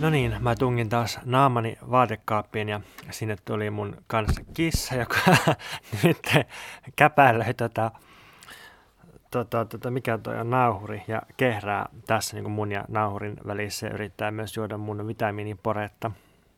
No niin, mä tungin taas naamani vaatekaappiin ja sinne tuli mun kanssa kissa, joka nyt käpäilöi mikä toi on, nauhuri ja kehrää tässä niin kuin mun ja nauhurin välissä ja yrittää myös juoda mun vitamiiniporetta.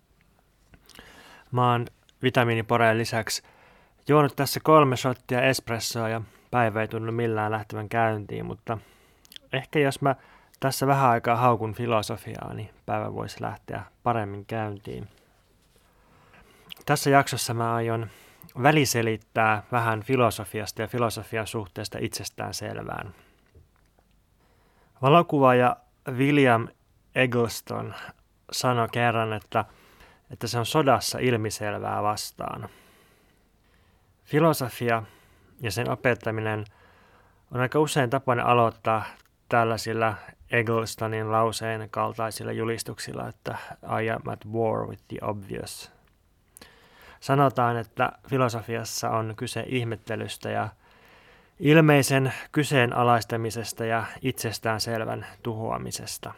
Mä oon vitamiiniporeen lisäksi juonut tässä 3 shottia espressoa ja päivä ei tunnu millään lähtevän käyntiin, mutta ehkä jos mä tässä vähän aikaa haukun filosofiaa, niin päivä voisi lähteä paremmin käyntiin. Tässä jaksossa mä aion väliselittää vähän filosofiasta ja filosofian suhteesta itsestään selvään. Valokuvaaja William Eggleston sanoi kerran, että se on sodassa ilmiselvää vastaan. Filosofia ja sen opettaminen on aika usein tapainen aloittaa tällaisilla Egglestonin lauseen kaltaisilla julistuksilla, että I am at war with the obvious. Sanotaan, että filosofiassa on kyse ihmettelystä ja ilmeisen kyseenalaistamisesta ja itsestäänselvän tuhoamisesta.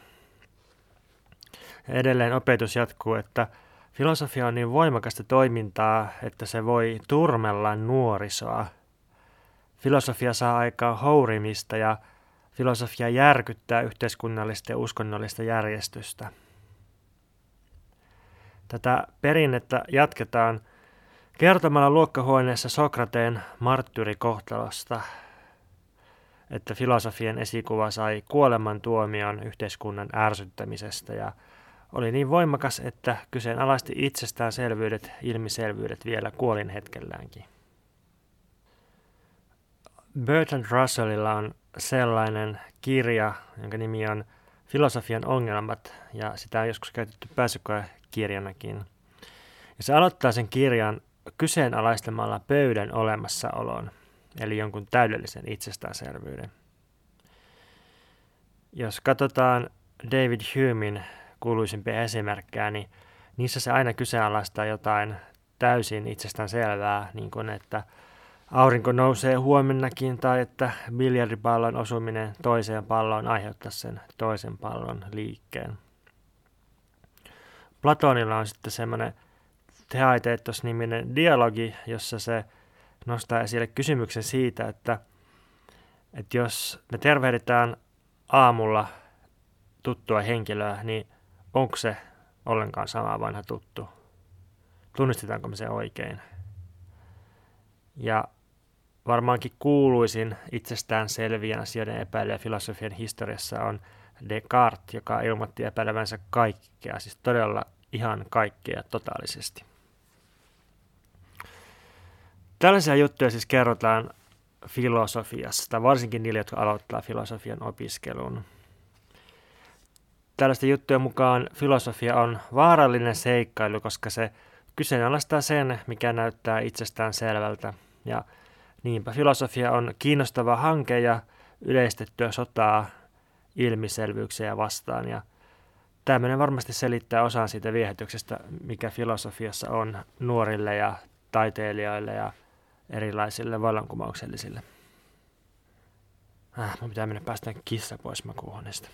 Ja edelleen opetus jatkuu, että filosofia on niin voimakasta toimintaa, että se voi turmella nuorisoa. Filosofia saa aikaan hourimista ja filosofia järkyttää yhteiskunnallista ja uskonnollista järjestystä. Tätä perinnettä jatketaan kertomalla luokkahuoneessa Sokrateen marttyyrikohtalosta, että filosofian esikuva sai kuolemantuomion yhteiskunnan ärsyttämisestä ja oli niin voimakas, että kyseenalaisti itsestäänselvyydet, ilmiselvyydet vielä kuolin hetkelläänkin. Bertrand Russellilla on sellainen kirja, jonka nimi on Filosofian ongelmat, ja sitä on joskus käytetty pääsykoekirjanakin. Ja se aloittaa sen kirjan kyseenalaistamalla pöydän olemassaolon, eli jonkun täydellisen itsestäänselvyyden. Jos katsotaan David Humein kuuluisimpia esimerkkejä, niin niissä se aina kyseenalaistaa jotain täysin itsestäänselvää, niin kuin että aurinko nousee huomennakin tai että biljardipallon osuminen toiseen palloon aiheuttaa sen toisen pallon liikkeen. Platonilla on sitten semmoinen Theaitetos-niminen dialogi, jossa se nostaa esille kysymyksen siitä, että jos me tervehditään aamulla tuttua henkilöä, niin onko se ollenkaan sama vanha tuttu? Tunnistetaanko me se oikein? Ja varmaankin kuuluisin itsestään selviän asioiden epäilijä filosofian historiassa on Descartes, joka ilmoitti epäilevänsä kaikkea, siis todella ihan kaikkea totaalisesti. Tällaisia juttuja siis kerrotaan filosofiasta, varsinkin niille, jotka aloittaa filosofian opiskelun. Tällaisten juttujen mukaan filosofia on vaarallinen seikkailu, koska se kyseenalaistaa sen, mikä näyttää itsestään selvältä. Ja niinpä filosofia on kiinnostava hanke ja yleistettyä sotaa ilmiselvyyksiä vastaan. Ja tämmöinen varmasti selittää osan siitä viehätyksestä, mikä filosofiassa on nuorille ja taiteilijoille ja erilaisille vallankumouksellisille. Mun pitää mennä päästään kissa pois makuuhuoneesta.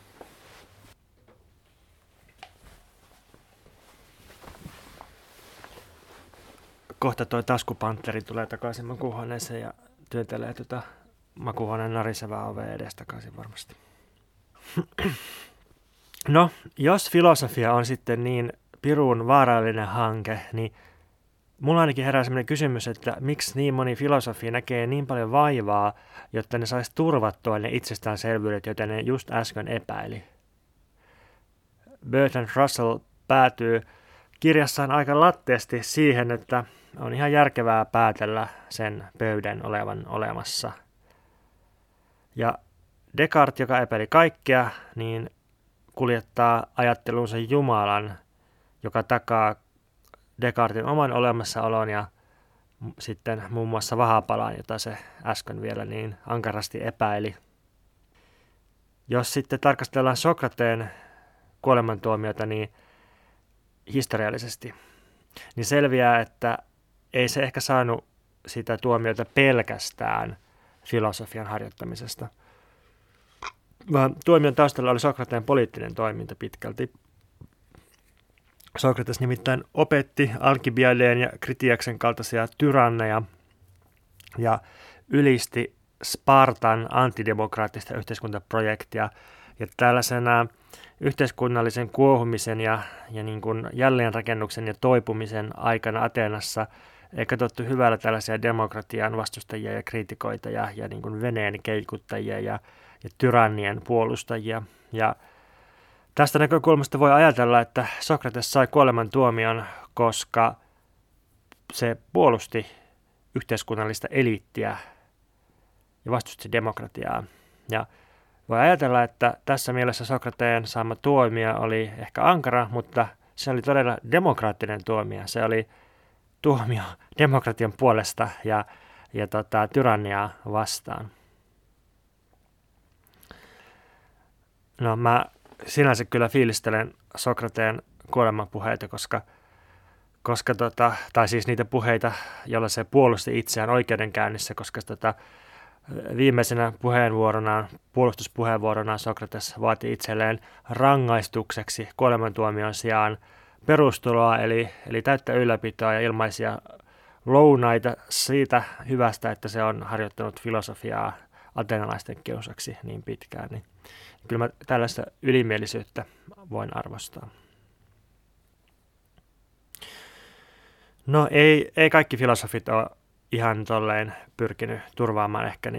Kohta toi taskupantteri tulee takaisin makuuhuoneeseen ja työntelee makuuhuoneen narisevaa ovea edestakaisin varmasti. No, jos filosofia on sitten niin pirun vaarallinen hanke, niin mulla ainakin herää sellainen kysymys, että miksi niin moni filosofi näkee niin paljon vaivaa, jotta ne saisi turvattua ne itsestäänselvyydet, joita ne just äsken epäili. Bertrand Russell päätyy kirjassaan aika latteasti siihen, että on ihan järkevää päätellä sen pöydän olevan olemassa. Ja Descartes, joka epäili kaikkea, niin kuljettaa ajattelunsa Jumalan, joka takaa Descartesin oman olemassaolon ja sitten muun muassa vahapalan, jota se äsken vielä niin ankarasti epäili. Jos sitten tarkastellaan Sokrateen kuolemantuomiota niin historiallisesti, niin selviää, että ei se ehkä saanut sitä tuomiota pelkästään filosofian harjoittamisesta, vaan tuomion taustalla oli Sokrateen poliittinen toiminta pitkälti. Sokrates nimittäin opetti Alkibiadeen ja Kritiaksen kaltaisia tyranneja ja ylisti Spartan antidemokraattista yhteiskuntaprojektia. Ja tällaisena yhteiskunnallisen kuohumisen ja niin kuin jälleenrakennuksen ja toipumisen aikana Ateenassa ei katsottu hyvällä tällaisia demokratian vastustajia ja kriitikoita ja niin kuin veneen keikuttajia ja tyrannien puolustajia. Ja tästä näkökulmasta voi ajatella, että Sokrates sai kuolemantuomion, koska se puolusti yhteiskunnallista eliittiä ja vastusti demokratiaa. Ja voi ajatella, että tässä mielessä Sokrateen saama tuomio oli ehkä ankara, mutta se oli todella demokraattinen tuomio. Se oli tuomio demokratian puolesta ja tyranniaa vastaan. No mä sinänsä kyllä fiilistelen Sokrateen kuolemanpuheita, tai siis niitä puheita, joilla se puolusti itseään oikeudenkäynnissä, koska viimeisenä puolustuspuheenvuoronaan Sokrates vaati itselleen rangaistukseksi kuolemantuomion sijaan perustuloa, eli täyttä ylläpitoa ja ilmaisia lounaita siitä hyvästä, että se on harjoittanut filosofiaa ateenalaisten kiusaksi niin pitkään. Niin kyllä mä tällaista ylimielisyyttä voin arvostaa. No ei kaikki filosofit ole ihan tolleen pyrkinyt turvaamaan ehkä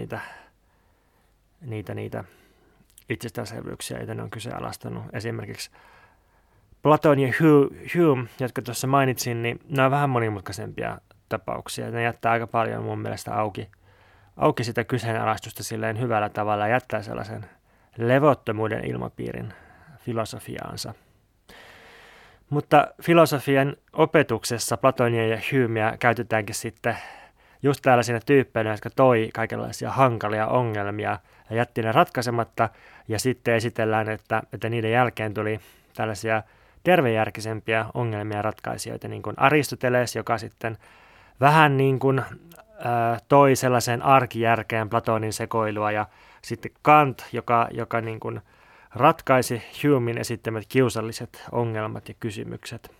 niitä itsestäänselvyyksiä, joita ne on kyseenalaistanut. Esimerkiksi Platon ja Hume, jotka tuossa mainitsin, niin nämä on vähän monimutkaisempia tapauksia. Ne jättää aika paljon mun mielestä auki sitä kyseenalaistusta silleen hyvällä tavalla ja jättää sellaisen levottomuuden ilmapiirin filosofiaansa. Mutta filosofian opetuksessa Platonia ja Humea käytetäänkin sitten just tällaisina tyyppeinä, jotka toi kaikenlaisia hankalia ongelmia ja jätti ne ratkaisematta, ja sitten esitellään, että niiden jälkeen tuli tällaisia tervejärkisempiä ongelmia ja ratkaisijoita, niin kuin Aristoteles, joka sitten vähän niin kuin toi sellaiseen arkijärkeen Platonin sekoilua, ja sitten Kant, joka niin kuin ratkaisi Humein esittämät kiusalliset ongelmat ja kysymykset.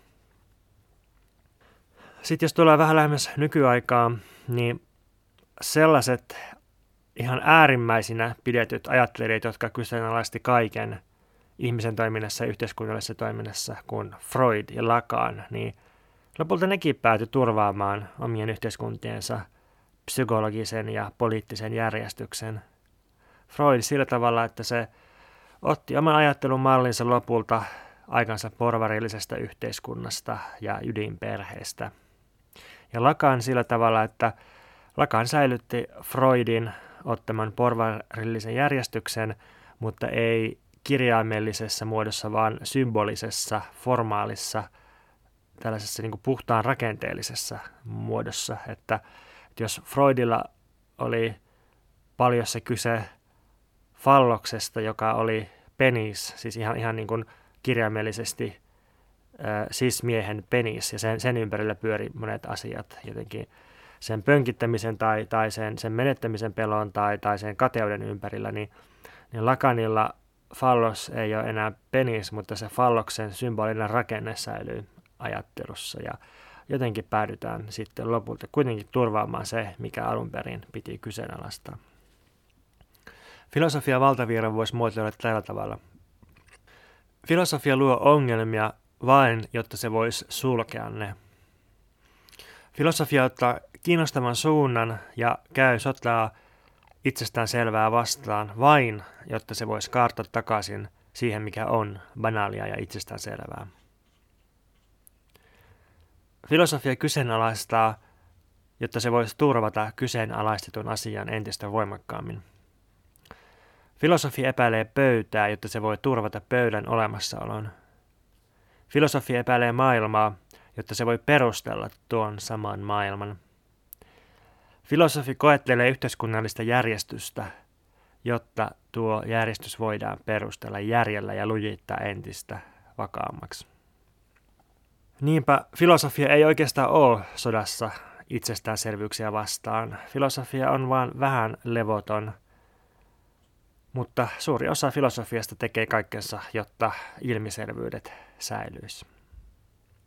Sitten jos tulee vähän lähemmäs nykyaikaa, niin sellaiset ihan äärimmäisinä pidetyt ajattelijat, jotka kyseenalaisti kaiken ihmisen toiminnassa ja yhteiskunnallisessa toiminnassa, kuin Freud ja Lacan, niin lopulta nekin päätyi turvaamaan omien yhteiskuntiensa psykologisen ja poliittisen järjestyksen. Freud sillä tavalla, että se otti oman ajattelun mallinsa lopulta aikansa porvarillisesta yhteiskunnasta ja ydinperheestä. Ja Lacan sillä tavalla, että Lacan säilytti Freudin ottaman porvarillisen järjestyksen, mutta ei kirjaimellisessa muodossa, vaan symbolisessa, formaalissa, tällaisessa niin kuin puhtaan rakenteellisessa muodossa. Että jos Freudilla oli paljossa kyse falloksesta, joka oli penis, siis ihan niin kuin kirjaimellisesti cis-miehen penis, ja sen ympärillä pyöri monet asiat, jotenkin sen pönkittämisen tai sen menettämisen pelon tai sen kateuden ympärillä, niin Lacanilla fallos ei ole enää penis, mutta se falloksen symbolinen rakenne säilyy ajattelussa, ja jotenkin päädytään sitten lopulta kuitenkin turvaamaan se, mikä alun perin piti kyseenalaistaa. Filosofia valtavirran voisi muotoilla tällä tavalla. Filosofia luo ongelmia vain, jotta se voisi sulkea ne. Filosofia ottaa kiinnostavan suunnan ja käy sotaa itsestään selvää vastaan vain, jotta se voisi kaartaa takaisin siihen, mikä on banaalia ja itsestään selvää. Filosofia kyseenalaistaa, jotta se voisi turvata kyseenalaistetun asian entistä voimakkaammin. Filosofia epäilee pöytää, jotta se voi turvata pöydän olemassaolon. Filosofia epäilee maailmaa, jotta se voi perustella tuon saman maailman. Filosofi koettelee yhteiskunnallista järjestystä, jotta tuo järjestys voidaan perustella järjellä ja lujittaa entistä vakaammaksi. Niinpä filosofia ei oikeastaan ole sodassa itsestäänselvyyksiä vastaan. Filosofia on vain vähän levoton, mutta suuri osa filosofiasta tekee kaikkensa, jotta ilmiselvyydet säilyisi.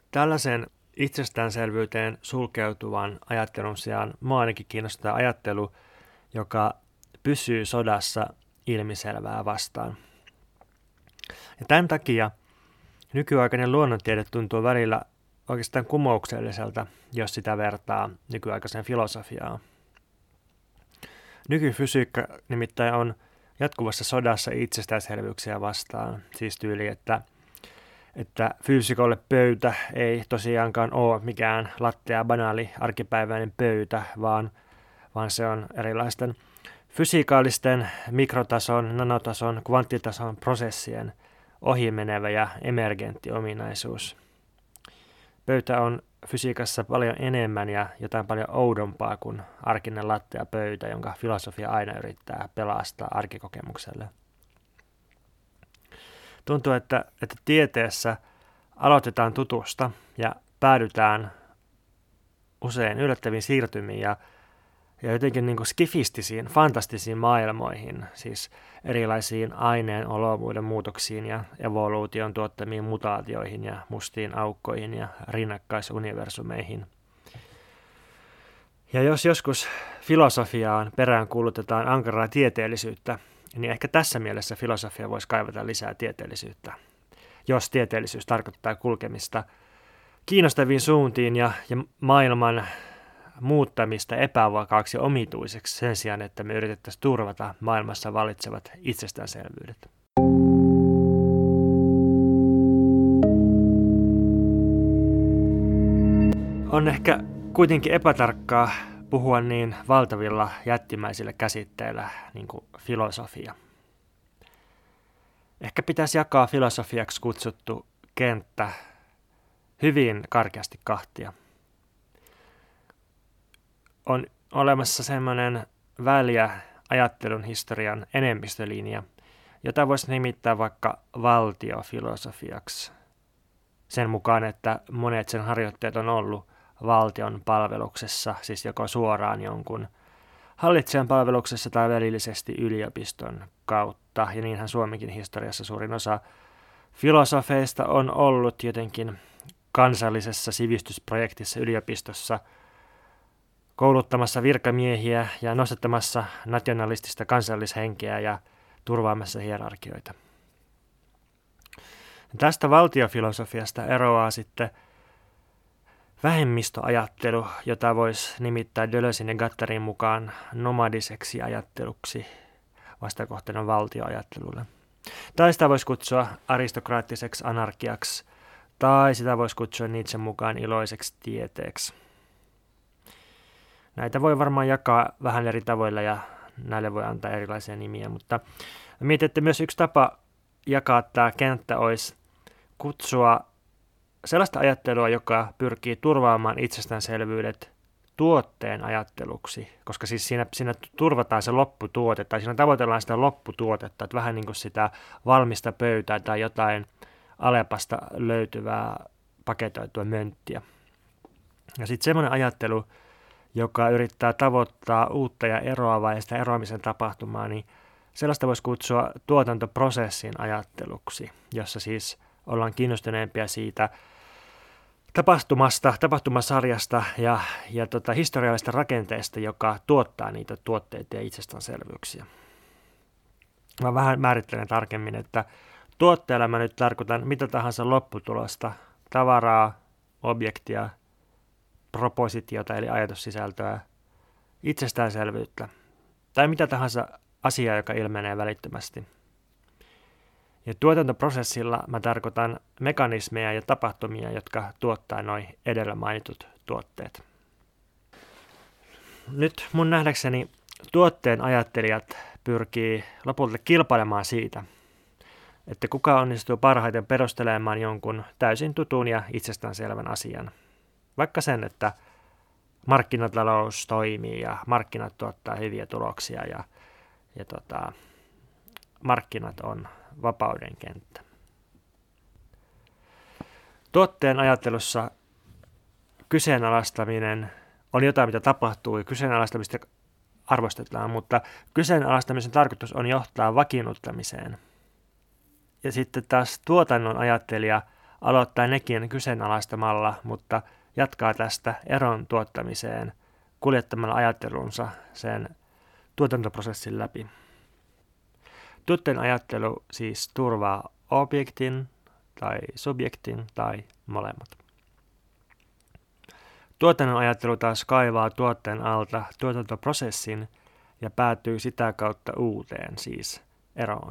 Tällaisen itsestäänselvyyteen sulkeutuvan ajattelun sijaan minua ainakin kiinnostaa ajattelu, joka pysyy sodassa ilmiselvää vastaan. Ja tämän takia nykyaikainen luonnontiede tuntuu välillä oikeastaan kumoukselliselta, jos sitä vertaa nykyaikaiseen filosofiaan. Nykyfysiikka nimittäin on jatkuvassa sodassa itsestäänselvyyksiä vastaan, siis tyyli, että fyysikolle pöytä ei tosiaankaan ole mikään lattea banaali arkipäiväinen pöytä, vaan se on erilaisten fysikaalisten mikrotason, nanotason, kvanttitason prosessien ohimenevä ja emergentti ominaisuus. Pöytä on fysiikassa paljon enemmän ja jotain paljon oudompaa kuin arkinen lattea pöytä, jonka filosofia aina yrittää pelastaa arkikokemukselle. Tuntuu, että tieteessä aloitetaan tutusta ja päädytään usein yllättäviin siirtymiin ja jotenkin niin kuin skifistisiin, fantastisiin maailmoihin, siis erilaisiin aineen olomuuden muutoksiin ja evoluution tuottamiin mutaatioihin ja mustiin aukkoihin ja rinnakkaisuniversumeihin. Ja jos joskus filosofiaan peräänkuulutetaan ankaraa tieteellisyyttä, niin ehkä tässä mielessä filosofia voisi kaivata lisää tieteellisyyttä, jos tieteellisyys tarkoittaa kulkemista kiinnostaviin suuntiin ja maailman muuttamista epävakaaksi ja omituiseksi sen sijaan, että me yritettäisiin turvata maailmassa vallitsevat itsestäänselvyydet. On ehkä kuitenkin epätarkkaa puhua niin valtavilla jättimäisillä käsitteillä niin kuin filosofia. Ehkä pitäisi jakaa filosofiaksi kutsuttu kenttä hyvin karkeasti kahtia. On olemassa semmoinen väliä ajattelun historian enemmistölinja, jota voisi nimittää vaikka valtiofilosofiaksi. Sen mukaan, että monet sen harjoittajat on ollut valtion palveluksessa, siis joko suoraan jonkun hallitsijan palveluksessa tai välillisesti yliopiston kautta. Ja niinhän Suomenkin historiassa suurin osa filosofeista on ollut jotenkin kansallisessa sivistysprojektissa yliopistossa kouluttamassa virkamiehiä ja nostattamassa nationalistista kansallishenkeä ja turvaamassa hierarkioita. Tästä valtiofilosofiasta eroaa sitten vähemmistöajattelu, jota voisi nimittää Deleuzen ja Guattarin mukaan nomadiseksi ajatteluksi vastakohtana valtioajattelulle. Tai sitä voisi kutsua aristokraattiseksi anarkiaksi, tai sitä voisi kutsua Nietzschen mukaan iloiseksi tieteeksi. Näitä voi varmaan jakaa vähän eri tavoilla ja näille voi antaa erilaisia nimiä, mutta mietin, että myös yksi tapa jakaa tämä kenttä olisi kutsua sellaista ajattelua, joka pyrkii turvaamaan itsestäänselvyydet tuotteen ajatteluksi, koska siis siinä turvataan se lopputuote tai siinä tavoitellaan sitä lopputuotetta, että vähän niin kuin sitä valmista pöytää tai jotain Alepasta löytyvää paketoitua mönttiä. Ja sitten semmoinen ajattelu, joka yrittää tavoittaa uutta ja eroavaa ja sitä eroamisen tapahtumaa, niin sellaista voisi kutsua tuotantoprosessin ajatteluksi, jossa siis ollaan kiinnostuneempia siitä tapahtumasarjasta ja historiallisesta rakenteesta, joka tuottaa niitä tuotteita ja itsestäänselvyyksiä. Mä vähän määrittelen tarkemmin, että tuotteella mä nyt tarkoitan mitä tahansa lopputulosta, tavaraa, objektia, propositiota eli ajatussisältöä, itsestäänselvyyttä tai mitä tahansa asiaa, joka ilmenee välittömästi. Ja tuotantoprosessilla mä tarkoitan mekanismeja ja tapahtumia, jotka tuottaa nuo edellä mainitut tuotteet. Nyt mun nähdäkseni tuotteen ajattelijat pyrkii lopulta kilpailemaan siitä, että kuka onnistuu parhaiten perustelemaan jonkun täysin tutun ja itsestäänselvän asian. Vaikka sen, että markkinatalous toimii ja markkinat tuottaa hyviä tuloksia ja markkinat on vapauden kenttä. Tuotteen ajattelussa kyseenalaistaminen on jotain, mitä tapahtuu ja kyseenalaistamista arvostetaan, mutta kyseenalaistamisen tarkoitus on johtaa vakiinnuttamiseen. Ja sitten taas tuotannon ajattelija aloittaa nekin kyseenalaistamalla, mutta jatkaa tästä eron tuottamiseen kuljettamalla ajattelunsa sen tuotantoprosessin läpi. Tuotteen ajattelu siis turvaa objektin tai subjektin tai molemmat. Tuotannon ajattelu taas kaivaa tuotteen alta tuotantoprosessin ja päätyy sitä kautta uuteen, siis eroon.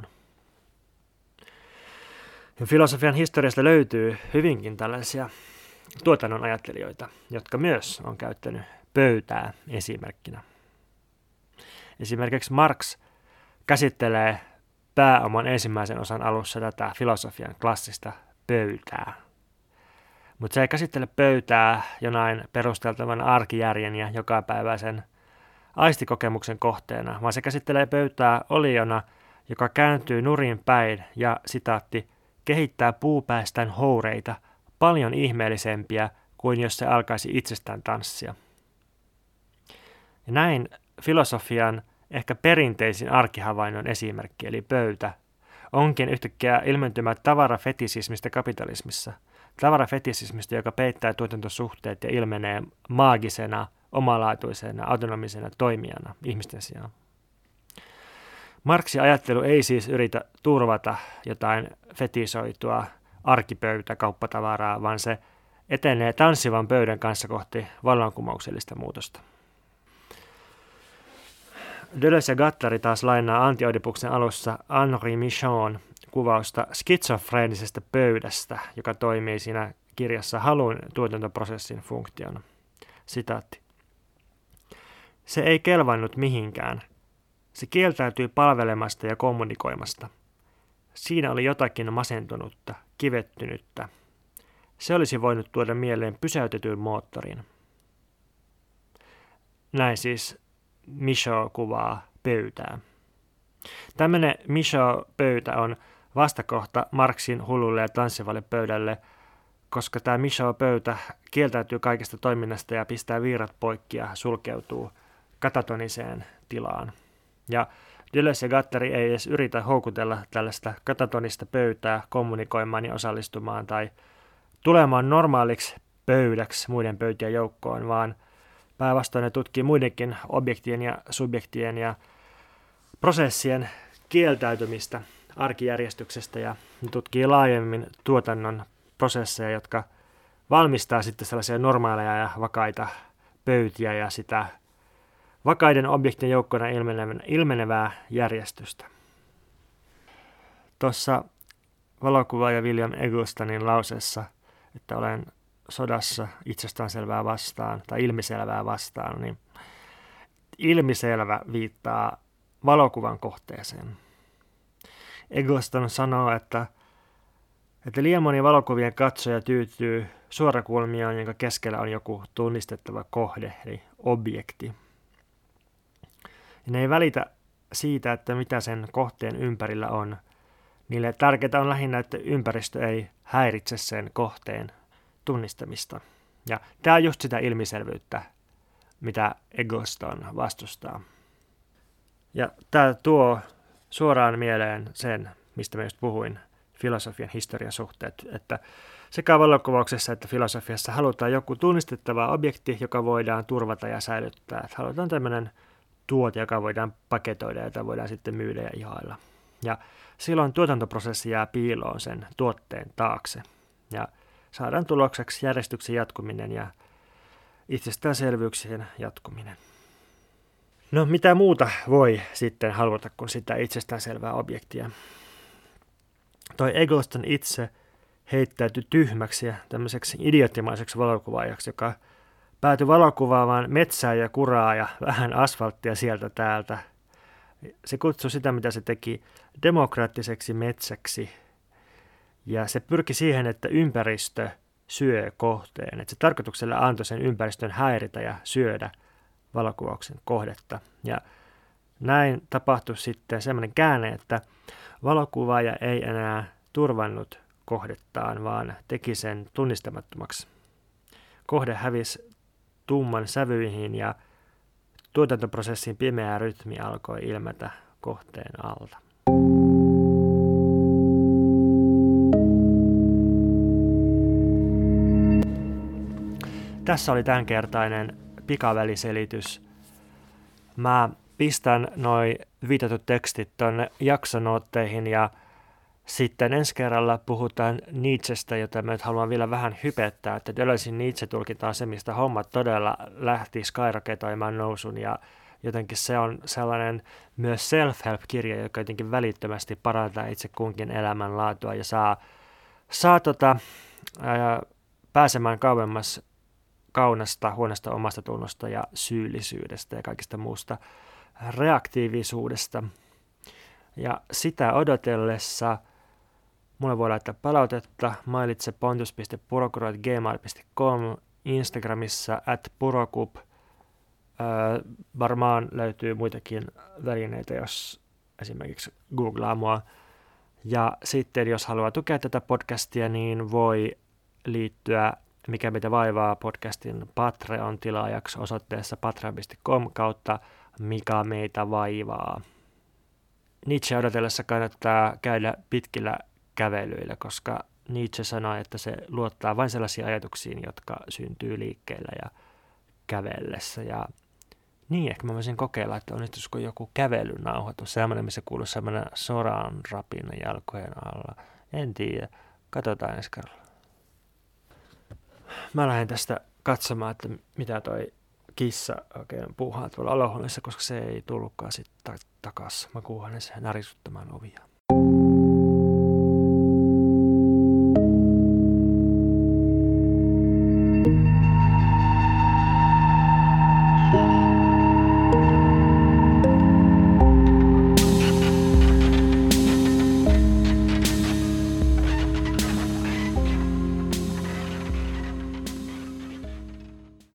Ja filosofian historiasta löytyy hyvinkin tällaisia tuotannon ajattelijoita, jotka myös on käyttänyt pöytää esimerkkinä. Esimerkiksi Marx käsittelee pääoman ensimmäisen osan alussa tätä filosofian klassista pöytää. Mutta se ei käsittele pöytää jonain perusteltavan arkijärjen ja jokapäiväisen aistikokemuksen kohteena, vaan se käsittelee pöytää oliona, joka kääntyy nurin päin ja, sitaatti, kehittää puupäistään houreita paljon ihmeellisempiä kuin jos se alkaisi itsestään tanssia. Ja näin filosofian ehkä perinteisin arkihavainnon esimerkki, eli pöytä, onkin yhtäkkiä ilmentymä tavarafetisismistä kapitalismissa. Tavarafetisismistä, joka peittää tuotantosuhteet ja ilmenee maagisena, omalaatuisena, autonomisena toimijana ihmisten sijaan. Marxin ajattelu ei siis yritä turvata jotain fetisoitua arkipöytäkauppatavaraa, vaan se etenee tanssivan pöydän kanssa kohti vallankumouksellista muutosta. Deleuze ja Guattari taas lainaa Anti-Oidipuksen alussa Henri Michon kuvausta skitsofreenisesta pöydästä, joka toimii siinä kirjassa halun tuotantoprosessin funktiona. Sitaatti. Se ei kelvannut mihinkään. Se kieltäytyi palvelemasta ja kommunikoimasta. Siinä oli jotakin masentunutta, kivettynyttä. Se olisi voinut tuoda mieleen pysäytetyn moottorin. Näin siis Michaud kuvaa pöytää. Tämmöinen Michaud-pöytä on vastakohta Marxin hululle ja tanssivalle pöydälle, koska tämä Michaud-pöytä kieltäytyy kaikesta toiminnasta ja pistää viirat poikki ja sulkeutuu katatoniseen tilaan. Ja Deleuze ja Guattari ei edes yritä houkutella tällaista katatonista pöytää kommunikoimaan ja osallistumaan tai tulemaan normaaliksi pöydäksi muiden pöytien joukkoon, vaan päinvastoin ne tutkii muidenkin objektien ja subjektien ja prosessien kieltäytymistä arkijärjestyksestä ja ne tutkii laajemmin tuotannon prosesseja, jotka valmistaa sitten sellaisia normaaleja ja vakaita pöytiä ja sitä vakaiden objektien joukkona ilmenevää järjestystä. Tuossa valokuvaaja William Egglestonin lauseessa, että olen sodassa itsestäänselvää vastaan tai ilmiselvää vastaan, niin ilmiselvä viittaa valokuvan kohteeseen. Eggleston sanoo, että liian moni valokuvien katsoja tyytyy suorakulmioon, jonka keskellä on joku tunnistettava kohde, eli objekti. Ja ne ei välitä siitä, että mitä sen kohteen ympärillä on. Niille tärkeää on lähinnä, että ympäristö ei häiritse sen kohteen tunnistamista. Ja tämä on just sitä ilmiselvyyttä, mitä Eggleston vastustaa. Ja tämä tuo suoraan mieleen sen, mistä mä just puhuin, filosofian historian suhteet, että sekä valokuvauksessa että filosofiassa halutaan joku tunnistettava objekti, joka voidaan turvata ja säilyttää. Että halutaan tämmöinen tuote, joka voidaan paketoida ja jota voidaan sitten myydä ja ihailla. Ja silloin tuotantoprosessi jää piiloon sen tuotteen taakse. Ja saadaan tulokseksi järjestyksen jatkuminen ja itsestäänselvyyksien jatkuminen. No mitä muuta voi sitten haluta kuin sitä itsestäänselvää objektia? Toi Eggleston itse heittäytyi tyhmäksi ja tämmöiseksi idioottimaiseksi valokuvaajaksi, joka päätyi valokuvaamaan metsää ja kuraa ja vähän asfalttia sieltä täältä. Se kutsui sitä, mitä se teki, demokraattiseksi metsäksi. Ja se pyrki siihen, että ympäristö syö kohteen. Että se tarkoituksella antoi sen ympäristön häiritä ja syödä valokuvauksen kohdetta. Ja näin tapahtui sitten semmoinen käänne, että valokuvaaja ei enää turvannut kohdettaan, vaan teki sen tunnistamattomaksi. Kohde hävisi tumman sävyihin ja tuotantoprosessin pimeä rytmi alkoi ilmetä kohteen alta. Tässä oli tämänkertainen pikaväliselitys. Mä pistän noi viitatut tekstit tonne jaksonootteihin ja sitten ensi kerralla puhutaan Nietzschestä, jota mä nyt haluan vielä vähän hypettää, että Deleuzin Nietzsche tulkitaan se, mistä hommat todella lähti skyroketoimaan nousun ja jotenkin se on sellainen myös self-help-kirja, joka jotenkin välittömästi parantaa itse kunkin elämänlaatua ja saa pääsemään kauemmas kaunasta, huonosta omasta tunnosta ja syyllisyydestä ja kaikista muusta reaktiivisuudesta. Ja sitä odotellessa mulle voi laittaa palautetta, mailitse pontus.purokuru@gmail.com, Instagramissa @purokup. Varmaan löytyy muitakin välineitä, jos esimerkiksi googlaa mua. Ja sitten jos haluaa tukea tätä podcastia, niin voi liittyä Mikä meitä vaivaa podcastin Patreon-tilaajaksi osoitteessa patreon.com/Mikä meitä vaivaa. Nietzsche odotellessa kannattaa käydä pitkillä kävelyillä, koska Nietzsche sanoi, että se luottaa vain sellaisiin ajatuksiin, jotka syntyy liikkeellä ja kävellessä. Ja niin, ehkä mä voisin kokeilla, että onnistuisiko joku kävelynauhoitus, sellainen, missä kuuluu sellainen soran rapina jalkojen alla. En tiedä, katsotaan ensi kerralla. Mä lähden tästä katsomaan, että mitä toi kissa oikein puuhaa tuolla olohuoneessa, koska se ei tullutkaan sitten takaisin. Mä kuuhan sen närisuttamaan ovia.